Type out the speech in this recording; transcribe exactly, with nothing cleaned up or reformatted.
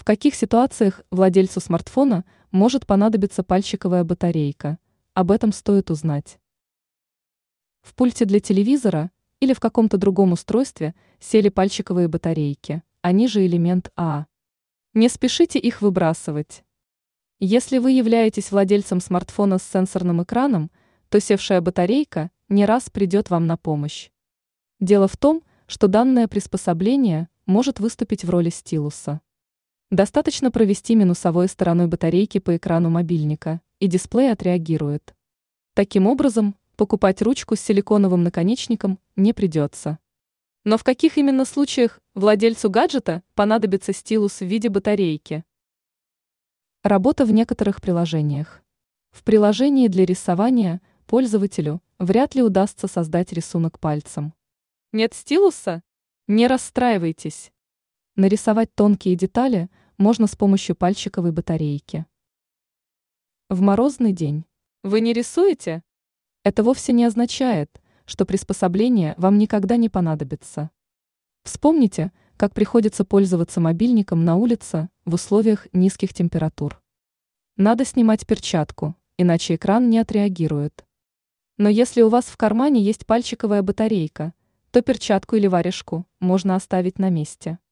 каких ситуациях владельцу смартфона может понадобиться пальчиковая батарейка? Об этом стоит узнать. В пульте для телевизора или в каком-то другом устройстве сели пальчиковые батарейки, они же элемент А. Не спешите их выбрасывать. Если вы являетесь владельцем смартфона с сенсорным экраном, то севшая батарейка не раз придет вам на помощь. Дело в том, что данное приспособление может выступить в роли стилуса. Достаточно провести минусовой стороной батарейки по экрану мобильника, и дисплей отреагирует. Таким образом, покупать ручку с силиконовым наконечником не придется. Но в каких именно случаях владельцу гаджета понадобится стилус в виде батарейки? Работа в некоторых приложениях. В приложении для рисования пользователю вряд ли удастся создать рисунок пальцем. Нет стилуса? Не расстраивайтесь. Нарисовать тонкие детали можно с помощью пальчиковой батарейки. В морозный день. Вы не рисуете? Это вовсе не означает, что приспособление вам никогда не понадобится. Вспомните, как приходится пользоваться мобильником на улице в условиях низких температур. Надо снимать перчатку, иначе экран не отреагирует. Но если у вас в кармане есть пальчиковая батарейка, то перчатку или варежку можно оставить на месте.